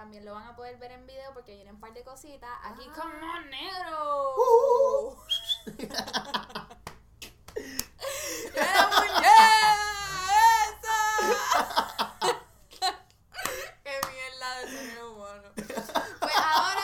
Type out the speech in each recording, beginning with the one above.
también lo van a poder ver en video porque vienen un par de cositas. Aquí Ah. como negro. ¡Era ¡Eso! ¡Qué mierda de sonido humano! Pues ahora,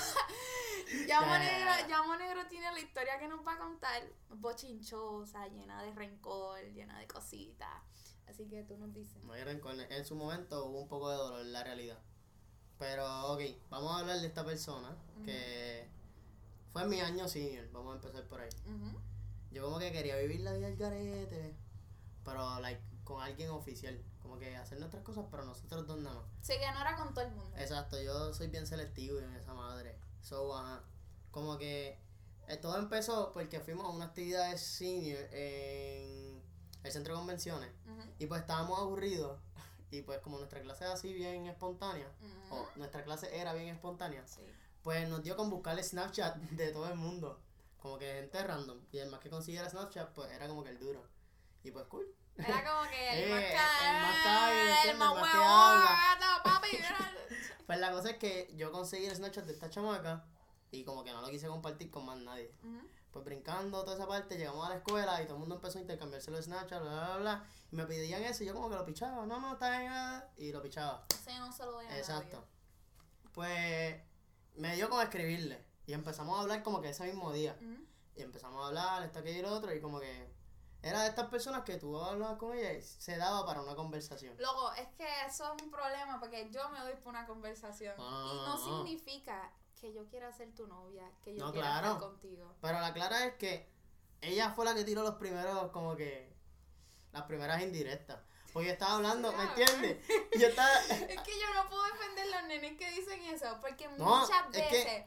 Llamo Negro tiene la historia que nos va a contar, bochinchosa, llena de rencor, llena de cositas. Así que tú nos dices. No hay rencor. En su momento hubo un poco de dolor, la realidad. Pero, ok, vamos a hablar de esta persona que fue en mi año senior. Vamos a empezar por ahí. Yo como que quería vivir la vida del garete, pero con alguien oficial. Como que hacer nuestras cosas, pero nosotros dos nada más. Sí, que no era con todo el mundo. Exacto, yo soy bien selectivo en esa madre. Como que todo empezó porque fuimos a una actividad de senior en el centro de convenciones. Y pues estábamos aburridos. Y pues como nuestra clase es así bien espontánea, o nuestra clase era bien espontánea, Sí. pues nos dio con buscarle Snapchat de todo el mundo. Como que gente random. Y el más que consiguiera Snapchat, pues era como que el duro. Y pues cool. Era como que el más el más que habla. papi. Pues la cosa es que yo conseguí el Snapchat de esta chamaca y como que no lo quise compartir con más nadie. Pues brincando toda esa parte, llegamos a la escuela y todo el mundo empezó a intercambiarse los Snapchat, bla, bla, bla. Y me pedían eso y yo como que lo pichaba. No, está bien. Y lo pichaba. Sí, no se lo doy a Exacto. nadie. Pues me dio como escribirle. Y empezamos a hablar como que ese mismo día. Y empezamos a hablar, esto, aquello y lo otro. Y como que era de estas personas que tú hablabas con ella y se daba para una conversación. Luego, es que eso es un problema porque yo me doy por una conversación. Y no significa que yo quiera ser tu novia, que yo quiera estar contigo. Pero la clara es que ella fue la que tiró los primeros, como que las primeras indirectas. Porque yo estaba hablando, ¿me entiendes? Y yo estaba... Es que yo no puedo defender los nenes que dicen eso, porque muchas veces...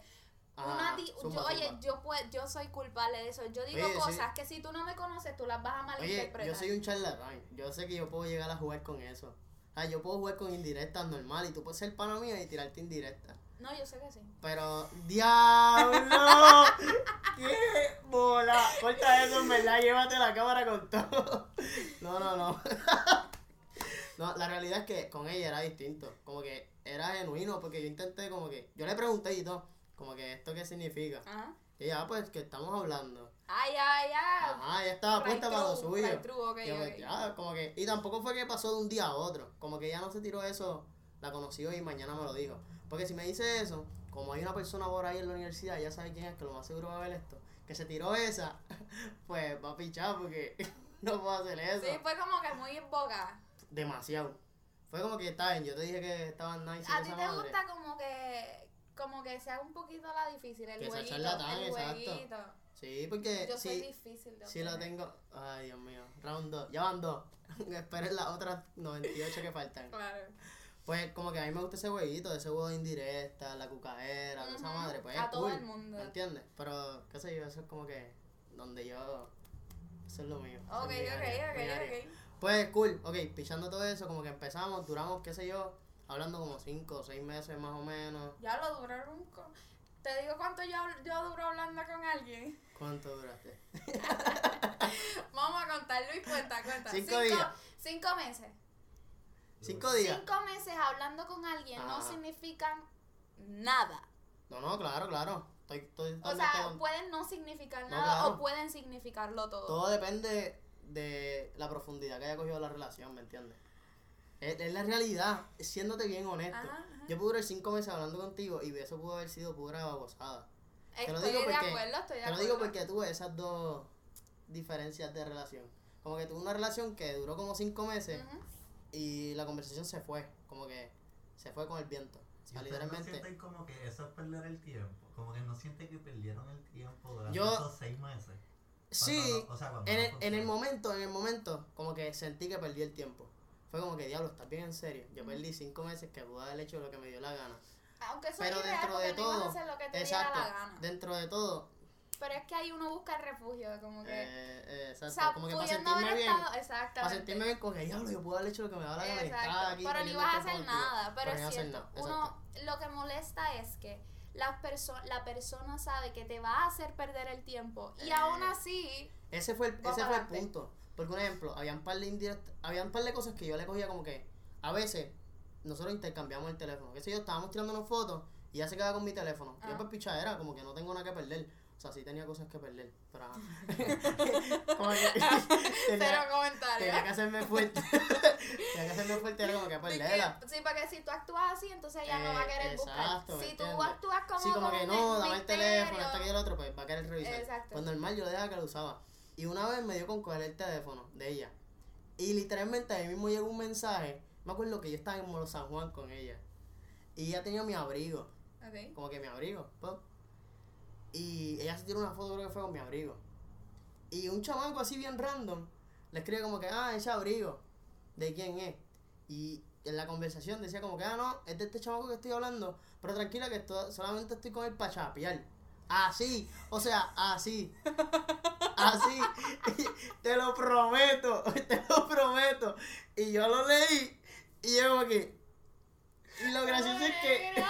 Yo soy culpable de eso. Yo digo cosas que si tú no me conoces, tú las vas a malinterpretar. Yo soy un charlatán. Yo sé que yo puedo llegar a jugar con eso. O sea, yo puedo jugar con indirectas normal y tú puedes ser pana mía y tirarte indirectas. No, yo sé que sí. Pero, ¡diablo! ¡Qué bola! Corta eso, en verdad, llévate la cámara con todo. No, la realidad es que con ella era distinto. Como que era genuino, porque yo intenté como que... Yo le pregunté y todo, como que ¿esto qué significa? Ajá. Y ya, pues, que estamos hablando. Ya. Ajá, ella estaba puesta para lo suyo. Okay. Ya, como que... Y tampoco fue que pasó de un día a otro. Como que ella no se tiró eso, la conoció y mañana me lo dijo. Porque si me dice eso, como hay una persona por ahí en la universidad, ya sabe quién es, que lo más seguro va a ver esto, que se tiró esa, pues va a pichar porque no puedo hacer eso. Sí, fue como que muy en boca. Demasiado. Fue como que está bien, yo te dije que estaban nice. A ti te gusta como que sea un poquito la difícil, el que jueguito. El jueguito. Sí, porque yo soy difícil de si lo tengo. Ay, Dios mío. Round 2. Ya van 2. Esperen las otras 98 que faltan. Claro. Pues como que a mí me gusta ese jueguito, ese juego de indirecta, la cucajera, toda esa madre. Pues a es todo cool, el mundo. ¿me entiendes? Pero, qué sé yo, eso es como que donde yo... Eso es lo mío. Ok. Pues cool, ok, pichando todo eso, como que empezamos, duramos, qué sé yo, hablando como 5 o 6 meses más o menos. Ya lo duraron. ¿Te digo cuánto yo duro hablando con alguien? ¿Cuánto duraste? Vamos a contar, Luis, cuenta. 5 días. 5 meses. 5 días. 5 meses hablando con alguien no significan nada. No, claro. Estoy o sea, pueden no significar nada claro. o pueden significarlo todo. Todo depende de la profundidad que haya cogido la relación, ¿me entiendes? Es la realidad, siéndote bien honesto. Ajá. Yo pude durar 5 meses hablando contigo y eso pudo haber sido pura babosada. Estoy de acuerdo. Te lo digo porque tuve esas dos diferencias de relación. Como que tuve una relación que duró como 5 meses y la conversación se fue, como que se fue con el viento. O sea, literalmente. ¿No sienten como que eso es perder el tiempo? Como que no sienten que perdieron el tiempo durante esos 6 meses. Sí, en el momento, como que sentí que perdí el tiempo. Fue como que, diablo, ¿estás bien en serio? Yo perdí 5 meses que pude haber hecho lo que me dio la gana. Aunque eso pero es dentro de todo, no ibas a hacer lo que te diera la gana. Dentro de todo. Pero es que ahí uno busca el refugio, como que... exacto, o sea, como que para sentirme bien. Exactamente. Para sentirme bien, como que, diablo, yo pude haber hecho lo que me daba la gana. Exacto, pero ni vas a hacer nada. Pero es cierto, nada, lo que molesta es que la persona sabe que te va a hacer perder el tiempo y aún así... Ese fue el punto. Porque, un ejemplo, había un par de cosas que yo le cogía como que, a veces, nosotros intercambiamos el teléfono. Qué sé yo, estábamos tirando unas fotos y ella se queda con mi teléfono. Yo pues pichadera, como que no tengo nada que perder. O sea, sí tenía cosas que perder, pero como que cero comentarios. Tenía que hacerme fuerte. Era como que perderla. Sí, porque si tú actúas así, entonces ella no va a querer buscar. Si tú actúas como sí, como que no, dame el teléfono, hasta que el otro, pues va a querer revisar. Exacto. Pues normal, yo le dejaba que lo usaba. Y una vez me dio con coger el teléfono de ella. Y literalmente ahí mismo llegó un mensaje. Me acuerdo que yo estaba en Molo San Juan con ella. Y ella tenía mi abrigo. Okay. Como que mi abrigo. Pop. Y ella se tiró una foto, creo que fue con mi abrigo. Y un chamaco así bien random le escribe como que, ese abrigo, ¿de quién es? Y en la conversación decía como que, no, es de este chamaco que estoy hablando, pero tranquila que solamente estoy con él para chapear. Así, o sea, así. Así. Te lo prometo. Y yo lo leí y yo como que... Y lo gracioso es que...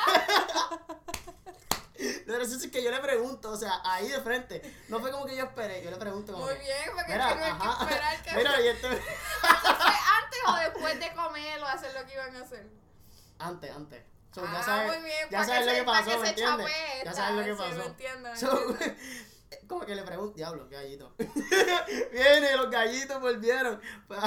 Lo gracioso es que yo le pregunto, o sea, ahí de frente. No fue como que yo esperé, yo le pregunto como muy que, bien, porque no hay que esperar que... Mira, y esto... ¿Fue antes o después de comer o hacer lo que iban a hacer? Antes. So, ya sabes, muy bien, ya sabes lo que pasó, ¿me entiendes? Ya sabes lo que pasó. Sí, me entiendo. Como que le pregunto, diablo, gallito. Viene, los gallitos volvieron.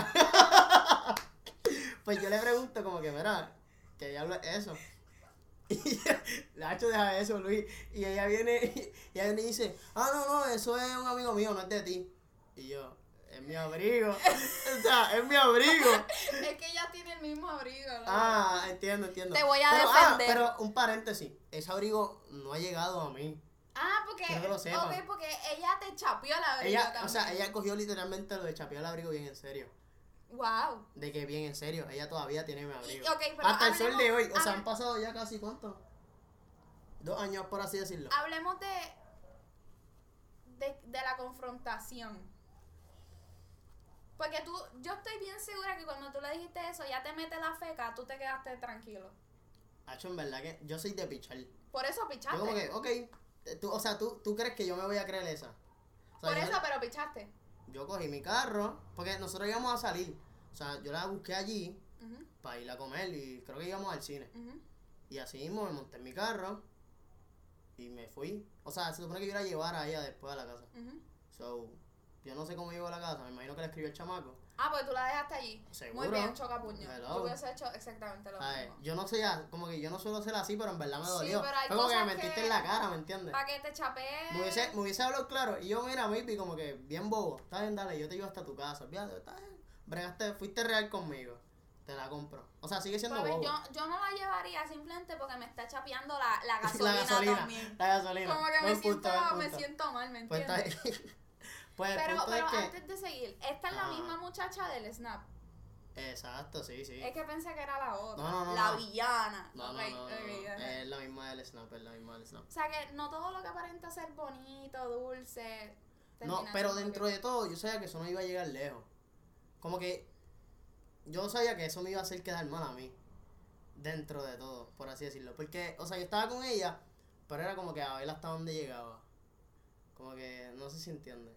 Pues yo le pregunto como que, mira, ¿qué diablo es eso? Y Lacho, deja eso, Luis. Y ella viene y dice, no, eso es un amigo mío, no es de ti. Y yo, es mi abrigo. O sea, es mi abrigo. Es que ella tiene el mismo abrigo, ¿no? Entiendo. Te voy a defender. Pero un paréntesis, ese abrigo no ha llegado a mí. Porque... Quiero que lo sepan. Ok, porque ella te chapeó el abrigo también. O sea, ella cogió literalmente lo de chapear el abrigo bien en serio. Wow. De que bien en serio, ella todavía tiene mi abrigo. Pero hasta el sol de hoy, o sea, han pasado ya casi, ¿cuánto? 2 años, por así decirlo. Hablemos de la confrontación. Porque yo estoy bien segura que cuando tú le dijiste eso, ya te mete la feca, tú te quedaste tranquilo. Hacho, en verdad que yo soy de pichar. Por eso pichaste. Yo como que, tú crees que yo me voy a creer esa. O sea, por eso, pero pichaste. Yo cogí mi carro, porque nosotros íbamos a salir. O sea, yo la busqué allí para ir a comer y creo que íbamos al cine. Y así mismo me monté en mi carro y me fui. O sea, se supone que yo iba a llevar a ella después a la casa. So, yo no sé cómo llegó a la casa, me imagino que le escribió el chamaco. Pues tú la dejaste allí. Seguro. Muy bien, chocapuño. Yo hubiese hecho exactamente lo mismo. Yo no sé, como que yo no suelo ser así, pero en verdad me dolió. Sí, pero hay fue como que me cosas mentiste en la cara, ¿me entiendes? Para que te chapees. Me hubiese hablado claro. Y yo, mira, maybe como que bien bobo. Está bien, dale, yo te llevo hasta tu casa. Olvídate, está bien. Fuiste real conmigo. Te la compro. O sea, sigue siendo bobo. Yo no la llevaría simplemente porque me está chapeando la gasolina también. La gasolina. Como que me siento mal, ¿me entiendes? Pero antes de seguir, esta es la misma muchacha del Snap. Exacto, sí. Es que pensé que era la otra. No, la villana. No. Es la misma del Snap, O sea que no todo lo que aparenta ser bonito, dulce. No, pero dentro de todo, yo sabía que eso no iba a llegar lejos. Como que yo sabía que eso me iba a hacer quedar mal a mí. Dentro de todo, por así decirlo. Porque, o sea, yo estaba con ella, pero era como que a ver hasta dónde llegaba. Como que no sé si entiende.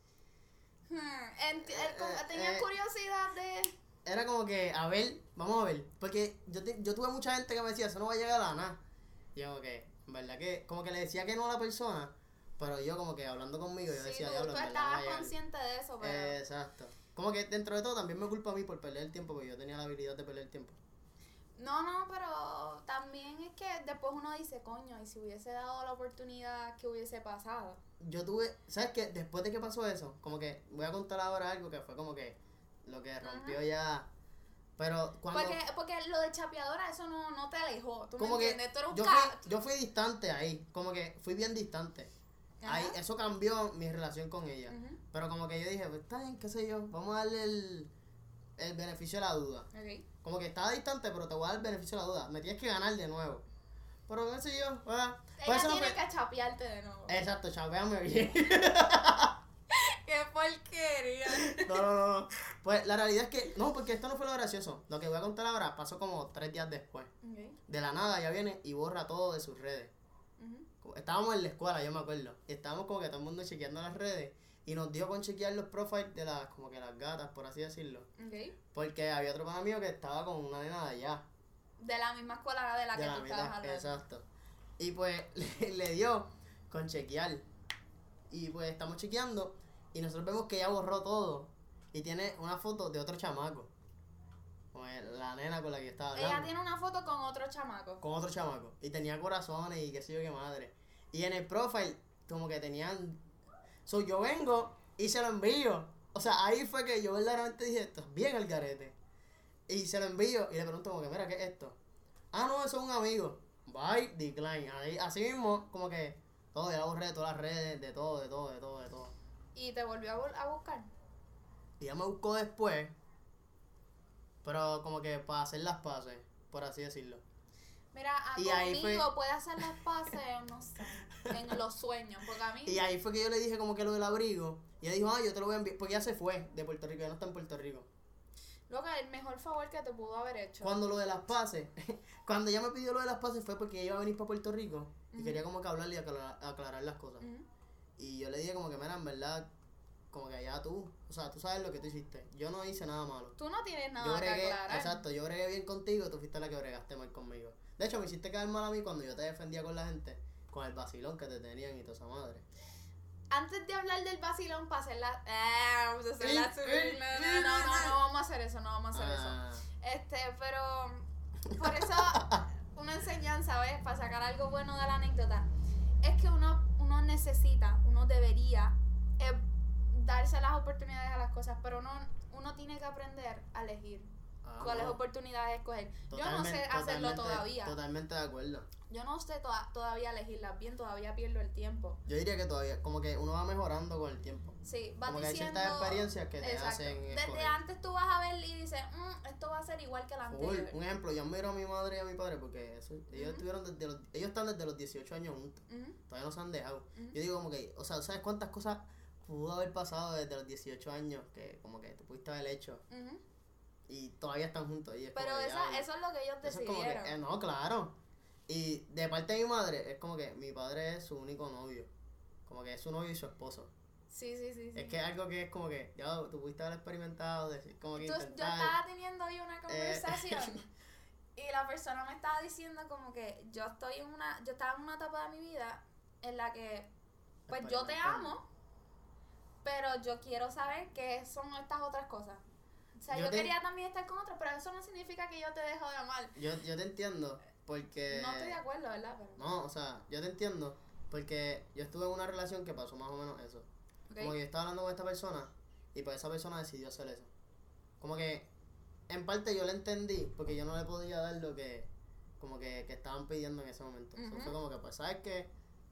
Tenía curiosidad de... Era como que, a ver, vamos a ver. Porque yo tuve mucha gente que me decía, eso no va a llegar a nada. Y yo como que, en verdad que, como que le decía que no a la persona, pero yo como que hablando conmigo, yo decía, diablo, tú estabas consciente de eso, pero... Exacto. Como que dentro de todo también me culpa a mí por perder el tiempo, porque yo tenía la habilidad de perder el tiempo. No, pero también es que después uno dice, coño, y si hubiese dado la oportunidad, ¿qué hubiese pasado? Yo tuve, ¿sabes qué? Después de que pasó eso, como que voy a contar ahora algo que fue como que lo que rompió ya. Pero cuando... Porque lo de chapeadora, eso no te alejó. ¿Tú como me entiendes? Tú eres un yo fui distante ahí, como que fui bien distante. Ahí, eso cambió mi relación con ella. Pero como que yo dije, pues está bien, qué sé yo, vamos a darle el beneficio de la duda. Okay. Como que estaba distante, pero te voy a dar el beneficio de la duda. Me tienes que ganar de nuevo. Pero qué sé yo, ¿verdad? Ella tiene que chapearte de nuevo. Exacto, chapeame bien. ¡Qué porquería! No. Pues la realidad es que, no, porque esto no fue lo gracioso. Lo que voy a contar ahora pasó como 3 días después. Okay. De la nada ella viene y borra todo de sus redes. Estábamos en la escuela, yo me acuerdo. Y estábamos como que todo el mundo chequeando las redes. Y nos dio con chequear los profiles de las, como que las gatas, por así decirlo. Okay. Porque había otro pana mío que estaba con una nena de allá. De la misma escuela de la que tú estabas hablando. Exacto. Y pues le dio con chequear. Y pues estamos chequeando y nosotros vemos que ella borró todo. Y tiene una foto de otro chamaco. Con la nena con la que yo estaba hablando. Ella tiene una foto con otro chamaco. Con otro chamaco. Y tenía corazones y qué sé yo qué madre. Y en el profile, como que tenían... So, yo vengo y se lo envío. O sea, ahí fue que yo verdaderamente dije, esto es bien el garete. Y se lo envío y le pregunto como que, mira, ¿qué es esto? Ah, no, eso es un amigo. Bye, decline. Ahí, así mismo, como que todo, ya borré de todas las redes, de todo. ¿Y te volvió a buscar? Y ella me buscó después, pero como que para hacer las paces, por así decirlo. Mira, conmigo puede hacer las paces, no sé, en los sueños, porque a mí... Y ahí fue que yo le dije como que lo del abrigo, y ella dijo, yo te lo voy a enviar, porque ella se fue de Puerto Rico, ya no está en Puerto Rico. Lo que el mejor favor que te pudo haber hecho. Cuando lo de las paces, cuando ella me pidió lo de las paces fue porque ella iba a venir para Puerto Rico, y quería como que hablarle y aclarar las cosas. Y yo le dije como que, mira, en verdad... Como que allá tú, o sea, tú sabes lo que tú hiciste. Yo no hice nada malo. Tú no tienes nada que aclarar. Exacto, yo bregué bien contigo, tú fuiste la que bregaste mal conmigo. De hecho, me hiciste quedar mal a mí cuando yo te defendía con la gente, con el vacilón que te tenían y toda esa madre. Antes de hablar del vacilón, para hacer la... vamos a hacer la... No vamos a hacer eso, Pero... Por eso, una enseñanza, ¿ves? Para sacar algo bueno de la anécdota. Es que uno debería... darse las oportunidades a las cosas, pero uno tiene que aprender a elegir cuáles oportunidades escoger. Yo no sé hacerlo todavía. Totalmente de acuerdo. Yo no sé todavía elegirlas bien, todavía pierdo el tiempo. Yo diría que todavía, como que uno va mejorando con el tiempo. Sí, va como diciendo... que hay ciertas experiencias que te hacen escoger. Desde antes tú vas a ver y dices, esto va a ser igual que la anterior. Un ejemplo, yo admiro a mi madre y a mi padre porque ellos están desde los 18 años juntos. Todavía no se han dejado. Yo digo como que, o sea, ¿sabes cuántas cosas pudo haber pasado desde los 18 años que como que tú pudiste haber hecho? Y todavía están juntos. Y es pero como eso es lo que ellos decidieron. Es como que, no, claro. Y de parte de mi madre, es como que mi padre es su único novio. Como que es su novio y su esposo. Sí. Es que es algo que es como que, ya, tú pudiste haber experimentado, decir, como que Yo estaba teniendo hoy una conversación y la persona me estaba diciendo como que yo estaba en una etapa de mi vida en la que, pues yo te amo, pero yo quiero saber qué son estas otras cosas. O sea, yo quería también estar con otros, pero eso no significa que yo te dejo de amar. Yo te entiendo, porque... No estoy de acuerdo, ¿verdad? Pero... No, o sea, yo te entiendo, porque yo estuve en una relación que pasó más o menos eso. Okay. Como que yo estaba hablando con esta persona, y pues esa persona decidió hacer eso. Como que, en parte yo le entendí, porque yo no le podía dar lo que, como que estaban pidiendo en ese momento. Eso fue como que, pues, ¿sabes qué?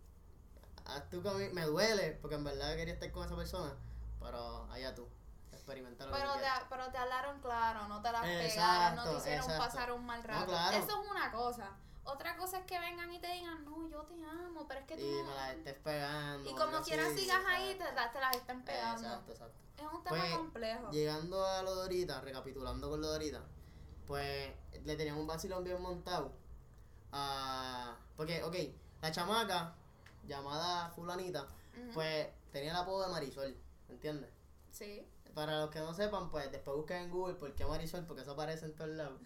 Tú que a mí me duele, porque en verdad quería estar con esa persona, pero allá tú. Experimentar pero te hablaron claro, no te las pegaron, no te hicieron pasar un mal rato. No, claro. Eso es una cosa. Otra cosa es que vengan y te digan, no, yo te amo, pero es que tú y me las estés pegando. Y como quieras sigas ahí, te las están pegando. Exacto. Es un tema complejo. Llegando a lo de ahorita, recapitulando con lo de ahorita, pues le tenían un vacilón bien montado. Porque, la chamaca, llamada fulanita, pues tenía el apodo de Marisol, ¿entiendes? Sí. Para los que no sepan, pues después busquen en Google por qué Marisol, porque eso aparece en todos lados.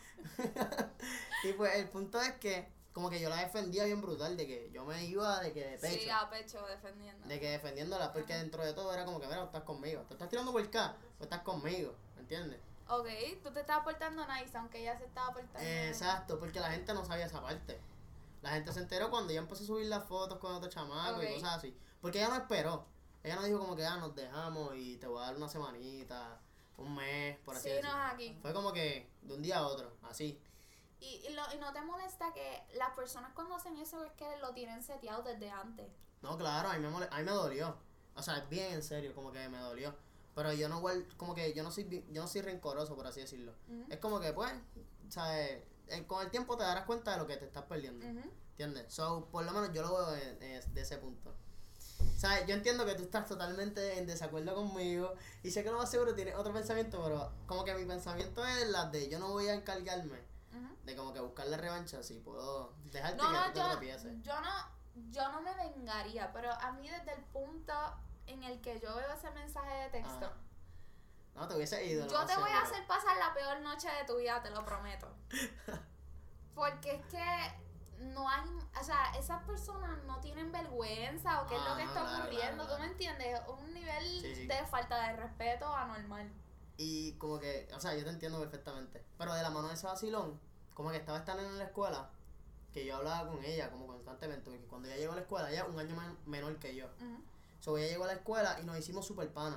Y pues el punto es que como que yo la defendía bien brutal, de que yo me iba de pecho. Sí, a pecho defendiéndola. De que defendiéndola, porque dentro de todo era como que, mira, estás conmigo. Te estás tirando por acá, o estás conmigo, ¿me entiendes? Ok, tú te estabas portando nice, aunque ella se estaba portando exacto, porque la gente no sabía esa parte. La gente se enteró cuando ella empezó a subir las fotos con otro chamaco y cosas así. Porque ella no esperó. Ella no dijo como que nos dejamos y te voy a dar una semanita, un mes, por así decirlo. Sí, no es aquí. Fue como que de un día a otro, así. Y no te molesta que las personas cuando hacen eso es que lo tienen seteado desde antes. No, claro, a mí me dolió. O sea, es bien en serio, como que me dolió. Pero yo no como que yo no soy rencoroso, por así decirlo. Es como que pues, ¿sabes? Con el tiempo te darás cuenta de lo que te estás perdiendo. ¿Entiendes? So, por lo menos yo lo veo de ese punto. ¿Sabes? Yo entiendo que tú estás totalmente en desacuerdo conmigo y sé que lo más seguro tienes otro pensamiento, pero como que mi pensamiento es la de yo no voy a encargarme de como que buscar la revancha, si puedo dejarte que tú te tropieces. Yo no me vengaría, pero a mí desde el punto en el que yo veo ese mensaje de texto, no te hubiese ido. Yo te voy a hacer pasar la peor noche de tu vida, te lo prometo. Porque es que no hay, o sea, esas personas no tienen vergüenza o qué es lo que está ocurriendo, ¿tú me entiendes? Un nivel de falta de respeto anormal. Y como que, o sea, yo te entiendo perfectamente, pero de la mano de ese vacilón, como que estaba esta nena en la escuela, que yo hablaba con ella como constantemente, porque cuando ella llegó a la escuela, ella es un año menor que yo. So, ella llegó a la escuela y nos hicimos super panas.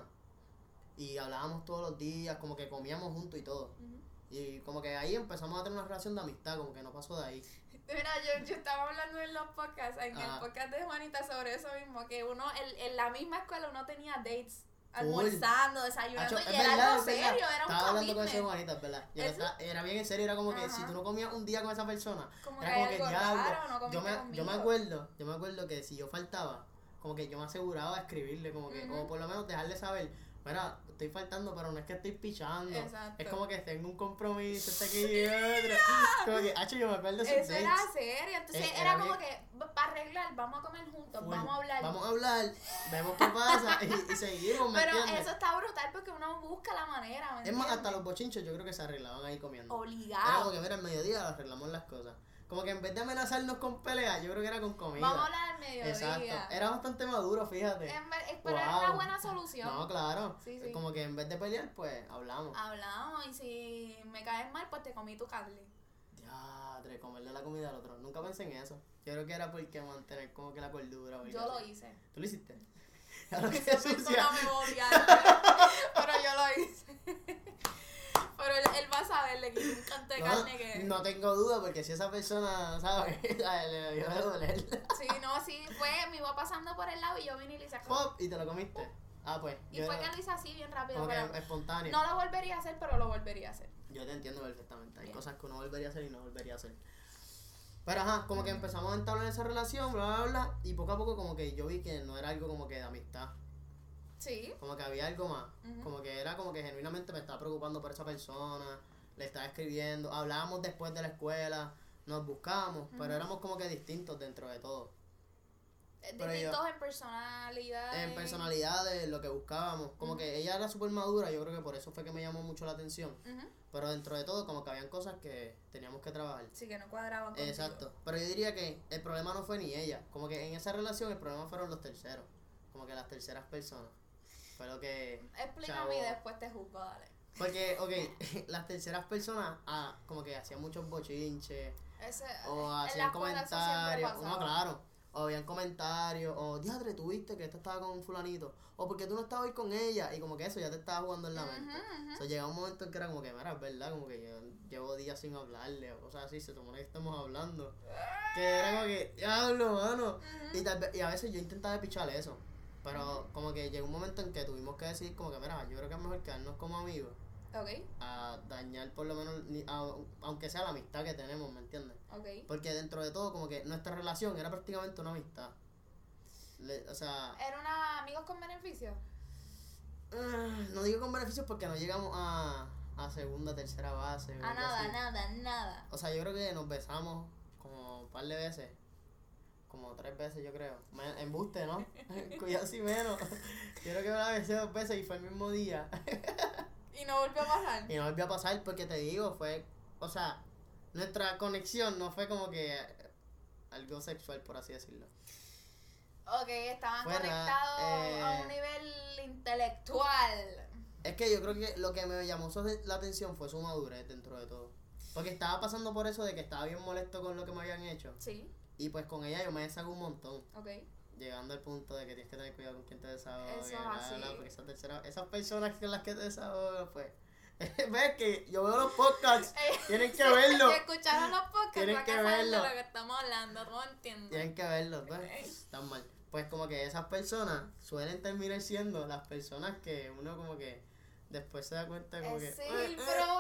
Y hablábamos todos los días, como que comíamos juntos y todo. Y como que ahí empezamos a tener una relación de amistad, como que no pasó de ahí. Mira, yo estaba hablando en los podcasts, en el podcast de Juanita sobre eso mismo, que uno, en la misma escuela uno tenía dates, almorzando, desayunando, y era algo serio, era un estaba hablando con ese commitment. Juanita, es verdad. Era bien en serio, era como que si tú no comías un día con esa persona, Como era que como que algo diablo. raro, no comiste Yo me acuerdo que si yo faltaba, como que yo me aseguraba de escribirle, como que, o por lo menos dejarle saber, mira, estoy faltando, pero no es que estoy pichando. Exacto. Es como que tengo un compromiso, este aquí y otro. Como que, yo me acuerdo de esos Eso dates. era serio, entonces era como que, para arreglar, vamos a comer juntos, vamos a hablar. Vemos qué pasa y seguimos, ¿me Pero entiendes? eso está brutal porque uno busca la manera, ¿me Es entiendes? más, hasta los bochinchos yo creo que se arreglaban ahí comiendo. Obligado. Era como que, mira, al mediodía arreglamos las cosas. Como que en vez de amenazarnos con peleas, yo creo que era con comida. Vamos a hablar al mediodía. Exacto. Era bastante maduro, fíjate. Pero era una buena solución. No, claro. Sí. Como que en vez de pelear, pues hablamos. Hablamos y si me caes mal, pues te comí tu carne. Diadre, comerle la comida al otro. Nunca pensé en eso. Yo creo que era porque mantener como que la cordura. Yo lo hice. ¿Tú lo hiciste? Claro que Esa sucia. persona me odia, pero yo lo hice. Pero él va a saber, le quité un canto de carne que... No tengo duda, porque si esa persona, ¿sabes? Le debió de doler. Sí, me iba pasando por el lado y yo vine y le hice ¡Pop! Y te lo comiste. Pues. Y fue que lo hice así, bien rápido. Como Pero que espontáneo. no lo volvería a hacer, pero lo volvería a hacer. Yo te entiendo perfectamente. Hay Bien. cosas que uno volvería a hacer y no volvería a hacer. Pero como que empezamos a entablar esa relación, bla, bla, bla. Y poco a poco como que yo vi que no era algo como que de amistad. Sí. Como que había algo más. Como que era como que genuinamente me estaba preocupando por esa persona. Le estaba escribiendo. Hablábamos después de la escuela. Nos buscábamos. Pero éramos como que distintos dentro de todo. Distintos en personalidades. En personalidades, lo que buscábamos. Como que ella era súper madura. Yo creo que por eso fue que me llamó mucho la atención. Pero dentro de todo como que habían cosas que teníamos que trabajar. Sí, que no cuadraban contigo. Exacto. Pero yo diría que el problema no fue ni ella. Como que en esa relación el problema fueron los terceros. Como que las terceras personas. Fue lo que... Explícame y después te juzgo, dale. Porque, las terceras personas como que hacían muchos bochinches. O en hacían la escuela eso siempre comentarios. pasaba. No, claro. O habían comentarios. O, diadre, tú viste que esta estaba con un fulanito. O porque tú no estabas hoy con ella. Y como que eso ya te estaba jugando en la mente. O sea, llegaba un momento en que era como que, mira, es verdad, como que yo llevo días sin hablarle. O cosas así, se supone que estamos hablando. Que era como que, diablo, mano. Y a veces yo intentaba pichar eso. Pero como que llegó un momento en que tuvimos que decidir como que, mira, yo creo que es mejor quedarnos como amigos. Ok. A dañar por lo menos, aunque sea la amistad que tenemos, ¿me entiendes? Ok. Porque dentro de todo como que nuestra relación era prácticamente una amistad. O sea... ¿Era una amigos con beneficios? No digo con beneficios porque no llegamos a segunda, tercera base. A nada. O sea, yo creo que nos besamos como un par de veces. Como 3 veces, yo creo. Embuste, ¿no? Cuidado si menos. Yo creo que me la besé 2 veces y fue el mismo día. ¿Y no volvió a pasar? Y no volvió a pasar porque te digo, fue... O sea, nuestra conexión no fue como que algo sexual, por así decirlo. Ok, estaban conectados a un nivel intelectual. Es que yo creo que lo que me llamó la atención fue su madurez dentro de todo. Porque estaba pasando por eso de que estaba bien molesto con lo que me habían hecho. Sí. Y pues con ella yo me desahogo un montón. Ok. Llegando al punto de que tienes que tener cuidado con quién te desahogas. Eso así. Porque esas personas con las que te desahogas, pues... Ves que yo veo los podcasts, tienen que verlo. Escucharon los podcasts, Tienen que saber verlo. de lo que estamos hablando, ¿no entiendes? Tienen que verlo, pues. Están mal. Pues como que esas personas suelen terminar siendo las personas que uno como que después se da cuenta como que... ¡Es el problema!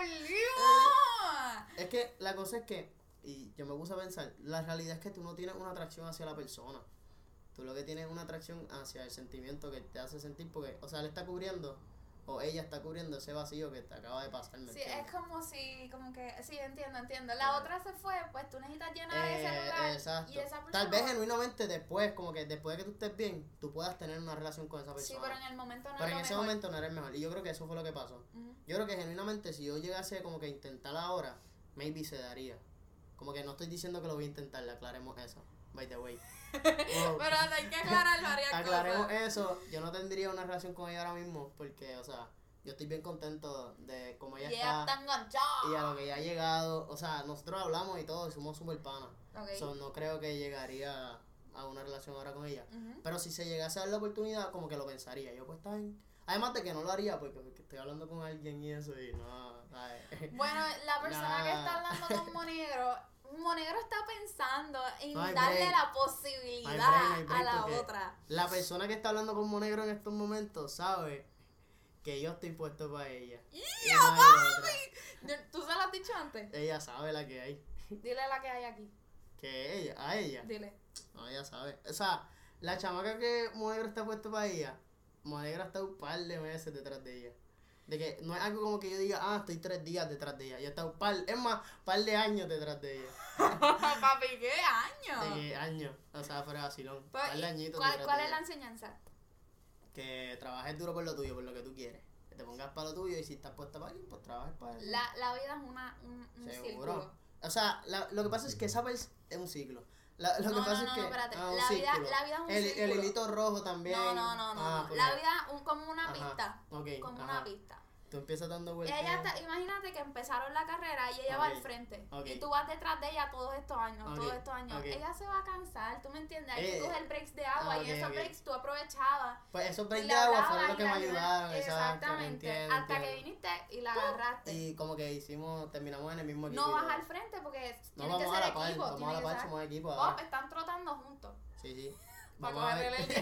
Es que la cosa es que, y yo me puse a pensar, la realidad es que tú no tienes una atracción hacia la persona. Tú lo que tienes es una atracción hacia el sentimiento que te hace sentir porque, o sea, él está cubriendo, o ella está cubriendo ese vacío que te acaba de pasar. Sí, es como si, como que, sí, entiendo. La otra se fue, pues tú necesitas llenar ese lugar. Exacto. Y esa persona... Tal vez genuinamente después, como que después de que tú estés bien, tú puedas tener una relación con esa persona. Sí, pero en el momento no Pero era en lo ese mejor. momento no era el mejor. Y yo creo que eso fue lo que pasó. Yo creo que genuinamente si yo llegase como que a intentar ahora, maybe se daría. Como que no estoy diciendo que lo voy a intentar, aclaremos eso. By the way. Pero hay que aclararlo, aclaremos eso. Yo no tendría una relación con ella ahora mismo porque, o sea, yo estoy bien contento de cómo ella está y a lo que ella ha llegado. O sea, nosotros hablamos y todo, y somos súper panas. Okay. So, no creo que llegaría a una relación ahora con ella. Pero si se llegase a dar la oportunidad, como que lo pensaría. Yo pues está bien. Además de que no lo haría porque estoy hablando con alguien y eso y no, ¿sabes? Bueno, la persona que está hablando con Monegro está pensando en darle la posibilidad a la otra. La persona que está hablando con Monegro en estos momentos sabe que yo estoy puesto para ella. ¿Tú se lo has dicho antes? Ella sabe la que hay. Dile la que hay aquí. ¿Que ella? ¿A ella? Dile. No, ella sabe. O sea, la chamaca que Monegro está puesto para ella, Monegro está un par de meses detrás de ella. De que no es algo como que yo diga, estoy 3 días detrás de ella. Yo he estado es más, par de años detrás de ella. Papi, ¿qué años? De años. O sea, fuera vacilón. Par de añitos ¿Cuál es la enseñanza? Que trabajes duro por lo tuyo, por lo que tú quieres. Que te pongas para lo tuyo y si estás puesta para alguien, pues trabajes para él. La vida es un círculo. O sea, lo que pasa es que es un ciclo. Lo que pasa es que espérate. La vida es un círculo. El hilito rojo también. No. La vida es como una pista. Okay, como una pista. Tú empiezas dando vueltas. Imagínate que empezaron la carrera y ella va al frente. Y tú vas detrás de ella todos estos años. Ella se va a cansar, ¿tú me entiendes? Hay que coger breaks de agua y esos breaks tú aprovechabas. Pues esos breaks de agua fueron los que me ayudaron. Exactamente. Hasta que viniste y la agarraste. Y como que terminamos en el mismo equipo. No vas al frente porque tiene que ser equipo. Vamos a la par, somos equipo. Están trotando juntos. Sí. Para cogerle el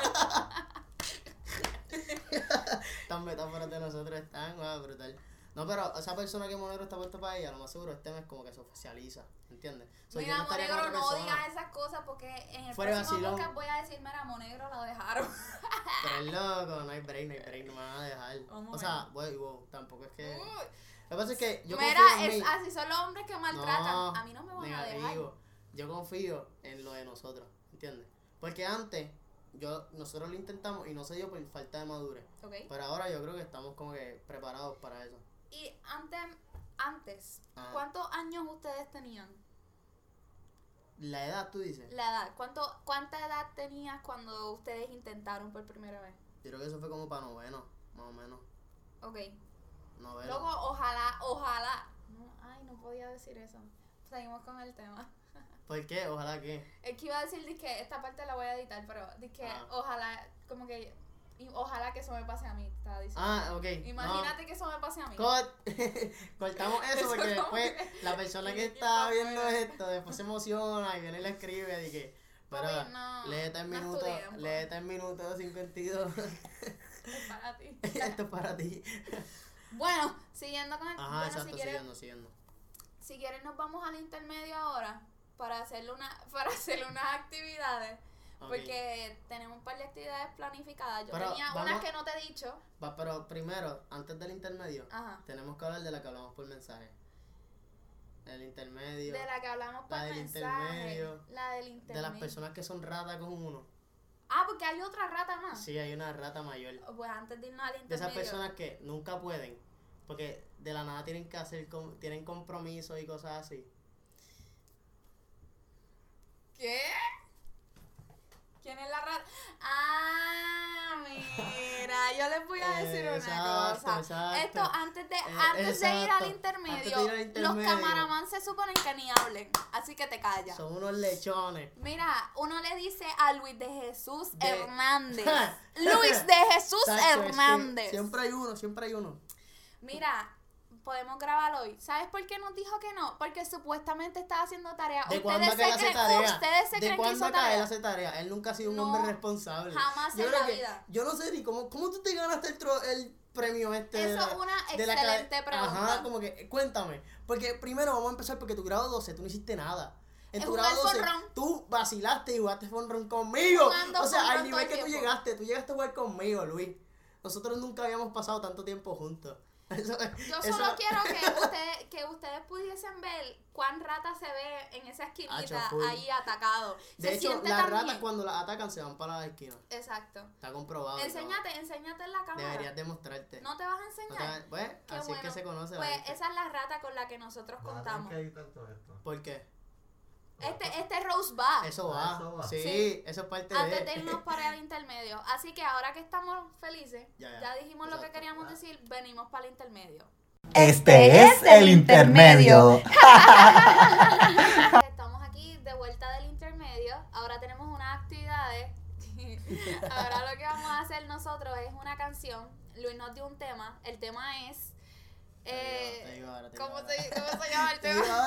Estas metáforas de nosotros están brutal. No, pero esa persona que Monegro está puesto para ella, lo más seguro este mes como que se oficializa, ¿entiendes? Mira, Monegro, no digas esas cosas porque en el próximo podcast voy a decir, mira, Monegro lo dejaron. Pero es loco, no hay break, no me van a dejar. O sea, wow, tampoco es que... Lo que pasa es que yo confío en mí. Así son los hombres que maltratan. A mí no me van a dejar. Yo confío en lo de nosotros, ¿entiendes? Porque antes... nosotros lo intentamos y no se dio por falta de madurez. Okay. Pero ahora yo creo que estamos como que preparados para eso. Y antes ¿cuántos años ustedes tenían? La edad, tú dices. La edad. ¿Cuánta edad tenías cuando ustedes intentaron por primera vez? Yo creo que eso fue como para noveno, más o menos. Ok. Noveno. Luego, ojalá. No podía decir eso. Seguimos con el tema. ¿Por qué? Ojalá que. Es que iba a decir que esta parte la voy a editar, pero ojalá, como que ojalá que eso me pase a mí, estaba diciendo. Ok. Imagínate que eso me pase a mí. Cortamos eso porque después la persona que está viendo esto después se emociona y viene y le escribe y que léete el minuto 52. Es para ti. Esto es para ti. Bueno, siguiendo con el exacto, siguiendo. Si quieres nos vamos al intermedio ahora para hacer unas actividades. Porque tenemos un par de actividades planificadas. Yo tenía unas que no te he dicho. Pero primero, antes del intermedio, tenemos que hablar de la que hablamos por mensaje. El intermedio. De la que hablamos por mensaje. La del intermedio. De las personas que son ratas con uno. Porque hay otra rata más. Sí, hay una rata mayor. Pues antes de irnos al intermedio. De esas personas que nunca pueden. Porque de la nada tienen que tienen compromisos y cosas así. ¿Qué? ¿Quién es la rata? Mira, yo les voy a decir una cosa. Exacto. Esto antes de ir al intermedio, los camaraman se suponen que ni hablen, así que te callas. Son unos lechones. Mira, uno le dice a Luis de Jesús Hernández. Luis de Jesús Hernández. Siempre hay uno. Mira, podemos grabar hoy. ¿Sabes por qué nos dijo que no? Porque supuestamente estaba haciendo tarea. ¿De cuándo acá él hace tarea? ¿Ustedes se creen que hizo tarea? Él hace tarea? Él nunca ha sido un hombre responsable. Jamás en la vida. Yo no sé ni cómo tú te ganaste el premio este. Eso es una excelente pregunta. Ajá, como que, cuéntame. Porque primero vamos a empezar porque tu grado 12 tú no hiciste nada. En tu grado 12 tú vacilaste y jugaste fonrón conmigo. O sea, al nivel que tú llegaste a jugar conmigo, Luis. Nosotros nunca habíamos pasado tanto tiempo juntos. Yo solo quiero que ustedes pudiesen ver cuán rata se ve en esa esquinita ahí atacado. De hecho, las ratas cuando las atacan se van para la esquina. Exacto. Está comprobado. Enséñate en la cámara. Deberías demostrarte. ¿No te vas a enseñar? Pues, qué así bueno. Es que se conoce. Pues esa es la rata con la que nosotros contamos. ¿Por qué? Este Rose va. Eso va. Sí, eso es parte antes de irnos para el intermedio. Así que ahora que estamos felices, ya dijimos lo que queríamos decir, venimos para el intermedio. Este es el intermedio. Estamos aquí de vuelta del intermedio. Ahora tenemos unas actividades. Ahora lo que vamos a hacer nosotros es una canción. Luis nos dio un tema. El tema es... ¿Cómo se llama el tema?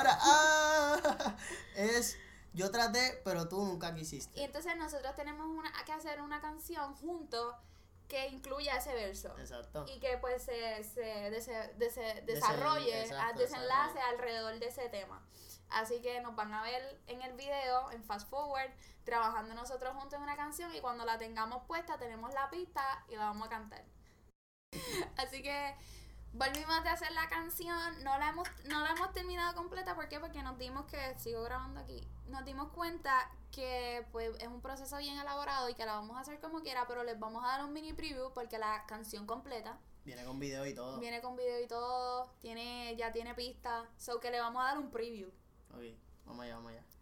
Es yo traté, pero tú nunca quisiste. Y entonces nosotros tenemos que hacer una canción juntos que incluya ese verso. Exacto. Y que pues se desarrolle, desenlace alrededor de ese tema. Así que nos van a ver en el video, en Fast Forward, trabajando nosotros juntos en una canción, y cuando la tengamos puesta tenemos la pista y la vamos a cantar. Así que volvimos de hacer la canción, no la hemos terminado completa. ¿Por qué? Porque nos dimos sigo grabando aquí, nos dimos cuenta que pues es un proceso bien elaborado y que la vamos a hacer como quiera, pero les vamos a dar un mini preview porque la canción completa viene con video y todo. Ya tiene pista, so que le vamos a dar un preview. Ok, vamos allá.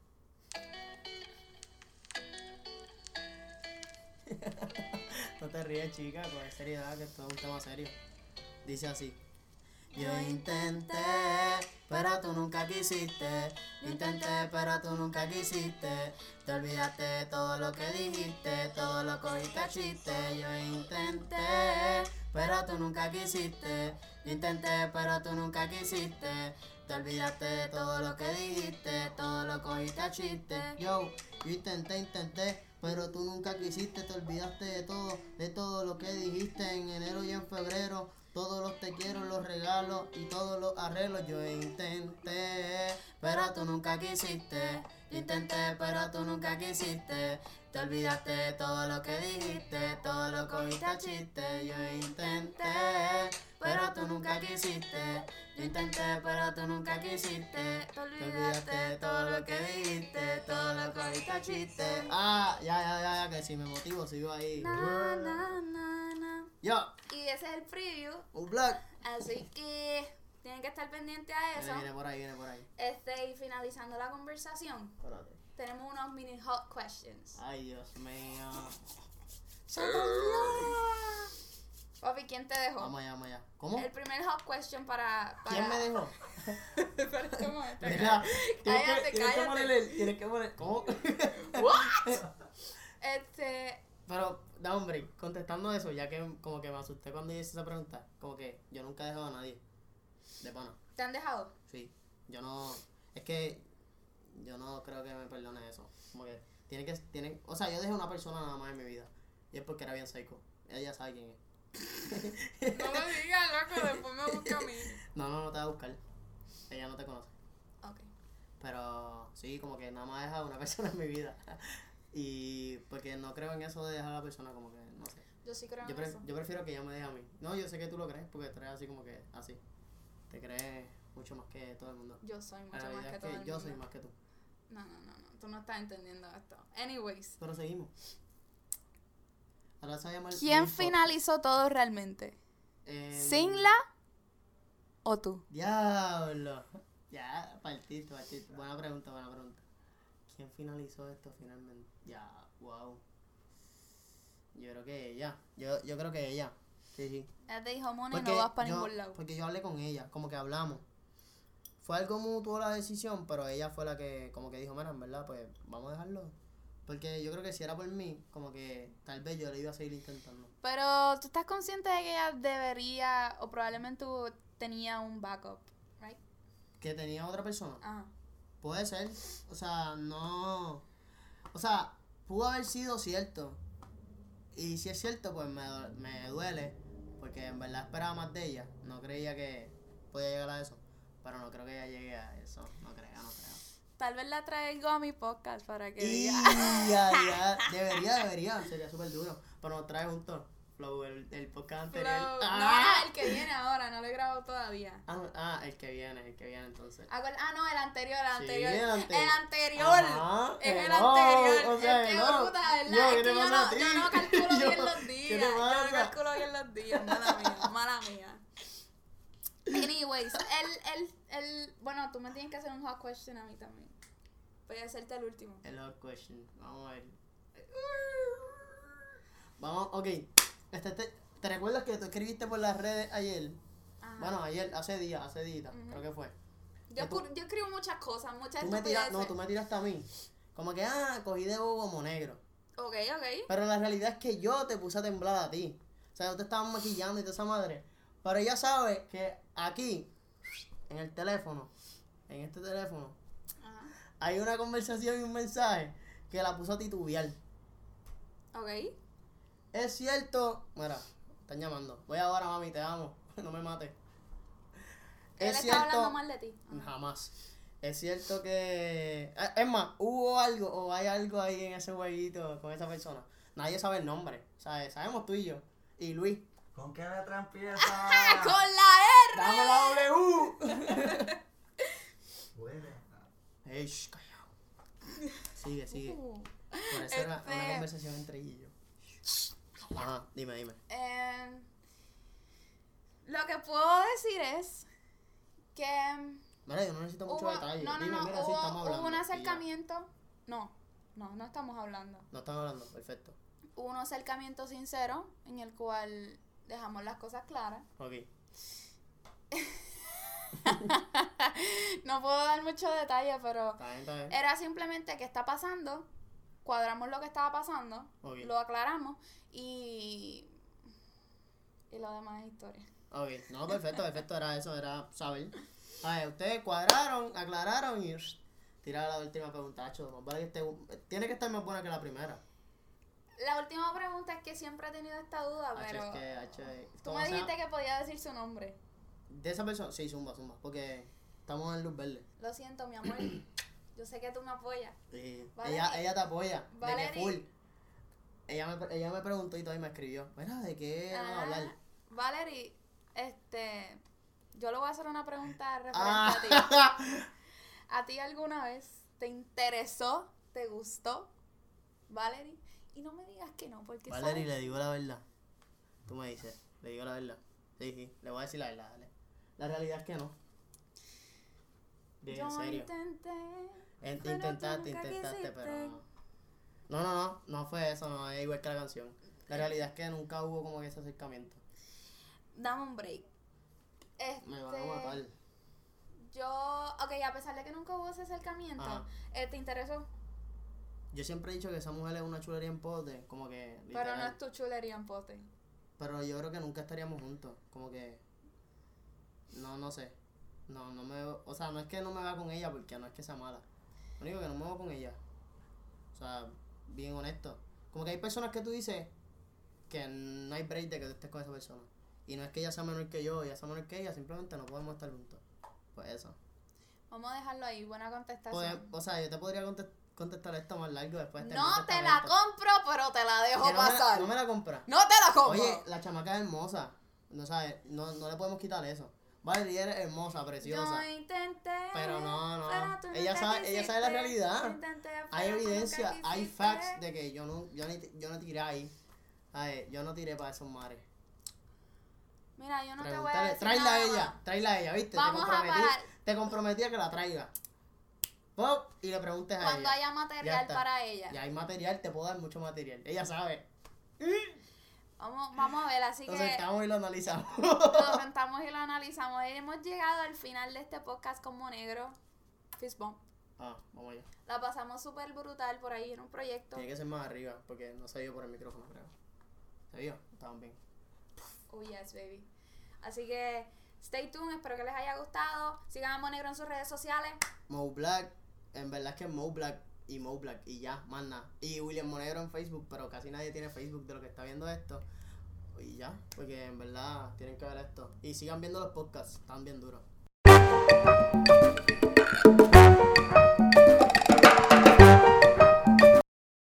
No te ríes, chica, con seriedad, que esto es un tema serio. Dice así. Yo intenté, pero tú nunca quisiste. Intenté, pero tú nunca quisiste. Te olvidaste de todo lo que dijiste, todo lo cogiste a chiste. Yo intenté, pero tú nunca quisiste. Intenté, pero tú nunca quisiste. Te olvidaste de todo lo que dijiste, todo lo cogiste a chiste. Yo intenté, pero tú nunca quisiste. Te olvidaste de todo lo que dijiste en enero y en febrero. Todos los te quiero, los regalos y todos los arreglos. Yo intenté, pero tú nunca quisiste. Intenté, pero tú nunca quisiste. Te olvidaste de todo lo que dijiste, todo lo cogiste a chiste. Yo intenté, pero tú nunca quisiste. Yo intenté, pero tú nunca quisiste. Te olvidaste de todo lo que dijiste, todo lo cogiste a chiste. Ya, que si me motivo sigo ahí. Yo. Y ese es el preview. Un blog. Así que tienen que estar pendientes a eso. Viene por ahí. Y finalizando la conversación, tenemos unos mini hot questions. Ay, Dios mío. Papi, ¿quién te dejó? Vamos allá. ¿Cómo? El primer hot question para... ¿Quién me dejó? Espérate un momento. Cállate. Tienes que poner... ¿Cómo? What? Pero, da hombre, contestando eso, ya que como que me asusté cuando hice esa pregunta, como que yo nunca he dejado a nadie de pana. ¿Te han dejado? Sí, yo no creo que me perdone eso. Como que o sea, yo dejé a una persona nada más en mi vida, y es porque era bien psycho. Ella sabe quién es. No lo digas, loco, después me busca a mí. No te va a buscar. Ella no te conoce. Ok. Pero sí, como que nada más he dejado a una persona en mi vida. Y porque no creo en eso de dejar a la persona, como que, no sé. Yo sí creo en eso. Yo prefiero que ella me deje a mí. No, yo sé que tú lo crees, porque tú eres así como que, así. Te crees mucho más que todo el mundo. Yo soy mucho más que todo el mundo. Yo soy más que tú. No. Tú no estás entendiendo esto. Anyways. Pero seguimos. Ahora se va a llamar... ¿Quién finalizó todo realmente? ¿Singla o tú? Diablo. Ya, partiste. Buena pregunta. ¿Quién finalizó esto finalmente? Ya, wow. Yo creo que ella. Yo creo que ella. Sí. Ella te dijo, Moni, no vas para ningún lado. Porque yo hablé con ella, como que hablamos. Fue algo mutuo la decisión, pero ella fue la que como que dijo, mira, en verdad, pues vamos a dejarlo. Porque yo creo que si era por mí, como que tal vez yo le iba a seguir intentando. Pero tú estás consciente de que ella debería, o probablemente tenía un backup, right? ¿Que tenía otra persona? Ajá. Puede ser, o sea, no... O sea, pudo haber sido cierto. Y si es cierto, pues me duele. Porque en verdad esperaba más de ella. No creía que podía llegar a eso. Pero no creo que ella llegue a eso. No creo. Tal vez la traigo a mi podcast para que diga. Ya, debería. Sería súper duro. Pero nos trae juntos. Flow, el podcast anterior. Flow. ¡Ah! No, el que viene ahora, no lo he grabado todavía. El que viene entonces. No, el anterior, el Sí, anterior. el El anterior. Ajá, Es el no, anterior. o sea, es que no. bruta, ¿verdad? Yo, Es ¿qué que te pasa a ti? yo no calculo Yo, bien los ¿qué te días. Yo no pasa? calculo bien los días. Mala mía. Anyways, bueno, tú me tienes que hacer un hot question a mí también. Voy a hacerte el último. El hot question. Vamos a ver. Vamos, ok. ¿Te recuerdas que tú escribiste por las redes ayer? Ajá. Bueno, ayer, hace días, creo que fue. Yo escribo muchas cosas, muchas Tú me tiraste a mí. Como que, cogí de bobo como negro. Ok. Pero la realidad es que yo te puse a temblar a ti. O sea, yo te estaba maquillando y toda esa madre. Pero ella sabe que aquí, en este teléfono, Ajá. hay una conversación y un mensaje que la puso a titubear. Ok. Es cierto. Mira, están llamando. Voy ahora, mami, te amo. No me mates. Él Es está hablando cierto. mal de ti. Ajá. Jamás. Es cierto que. Es más, hubo algo o hay algo ahí en ese jueguito con esa persona. Nadie sabe el nombre. ¿Sabes? Sabemos tú y yo. Y Luis. ¿Con qué letra empieza? ¡Con la R! ¡Dame la W! Bueno. ¡Ey, shh, callado! Sigue. Por eso era una conversación entre ella y yo. Ajá, dime. Lo que puedo decir es que Mira, yo no necesito mucho detalle. Dime, mira, sí estamos hablando. hubo un y ya. acercamiento. No estamos hablando. No estamos hablando, perfecto. Hubo un acercamiento sincero en el cual dejamos las cosas claras. Ok. No puedo dar mucho detalle, pero Está bien. era simplemente que está pasando, cuadramos lo que estaba pasando, Ok. lo aclaramos y lo demás es historia. Ok, no, perfecto, era eso, era saber. A ver, ustedes cuadraron, aclararon y tiraron la última pregunta, Acho. Más vale que tiene que estar más buena que la primera. La última pregunta es que siempre he tenido esta duda, pero tú me dijiste que podía decir su nombre. De esa persona, sí, zumba, porque estamos en luz verde. Lo siento, mi amor. Yo sé que tú me apoyas. Sí. Valerie. Ella te apoya, de Valerie. que full. Ella me preguntó y todavía me escribió. Mira, ¿de qué vamos a hablar? Valerie, yo le voy a hacer una pregunta referente Ah. a ti. ¿A ti alguna vez te interesó, te gustó, Valerie? Y no me digas que no, porque Valerie, sabes. le digo la verdad. Tú me dices, le digo la verdad. Sí, le voy a decir la verdad, dale. La realidad es que no. Bien, Yo en serio. intenté. pero tú Intentaste, nunca quisiste. pero no fue eso, no es igual que la canción. La realidad es que nunca hubo como que ese acercamiento. Dame un break. Me van a matar. A pesar de que nunca hubo ese acercamiento, Ajá. ¿te interesó? Yo siempre he dicho que esa mujer es una chulería en pote, como que literal. Pero no es tu chulería en pote. Pero yo creo que nunca estaríamos juntos, como que no sé. No me, o sea, no es que no me va con ella porque no es que sea mala. Lo único que no me voy con ella. O sea, bien honesto. Como que hay personas que tú dices que no hay break de que tú estés con esa persona. Y no es que ella sea menor que yo, ella sea menor que ella, simplemente no podemos estar juntos. Pues eso. Vamos a dejarlo ahí, buena contestación. O sea, yo te podría contestar esto más largo después de No te la compro, pero te la dejo pasar. No me la compras. No te la compro. Oye, la chamaca es hermosa. No sabes, no le podemos quitar eso. Valerie eres hermosa, preciosa. Yo intenté. Pero no. pero tú Ella nunca sabe la quisiste. realidad. Yo intenté, Hay pero tú evidencia, nunca hay quisiste. facts de que yo no tiré ahí. Ay, yo no tiré para esos mares. Mira, yo no te voy a decir Tráela nada a ella, más. tráela a ella, ¿viste? Vamos a parar. Te comprometí a que la traiga. Pop, y le preguntes a ella. Cuando haya material está. para ella. Ya hay material, te puedo dar mucho material. Ella sabe. Vamos a ver, así Nos que sentamos y lo analizamos. lo sentamos y lo analizamos. Y hemos llegado al final de este podcast como negro. Fist bump. Vamos allá. La pasamos súper brutal por ahí en un proyecto. Tiene que ser más arriba, porque no se vio por el micrófono, creo. ¿Se vio? Estaban bien. Oh yes, baby. Así que stay tuned, espero que les haya gustado. Sigan a Monegro en sus redes sociales. Mo Black, en verdad es que Mo Black y ya, más nada. Y William Monegro en Facebook, pero casi nadie tiene Facebook de lo que está viendo esto. Y ya, porque en verdad tienen que ver esto. Y sigan viendo los podcasts, están bien duros.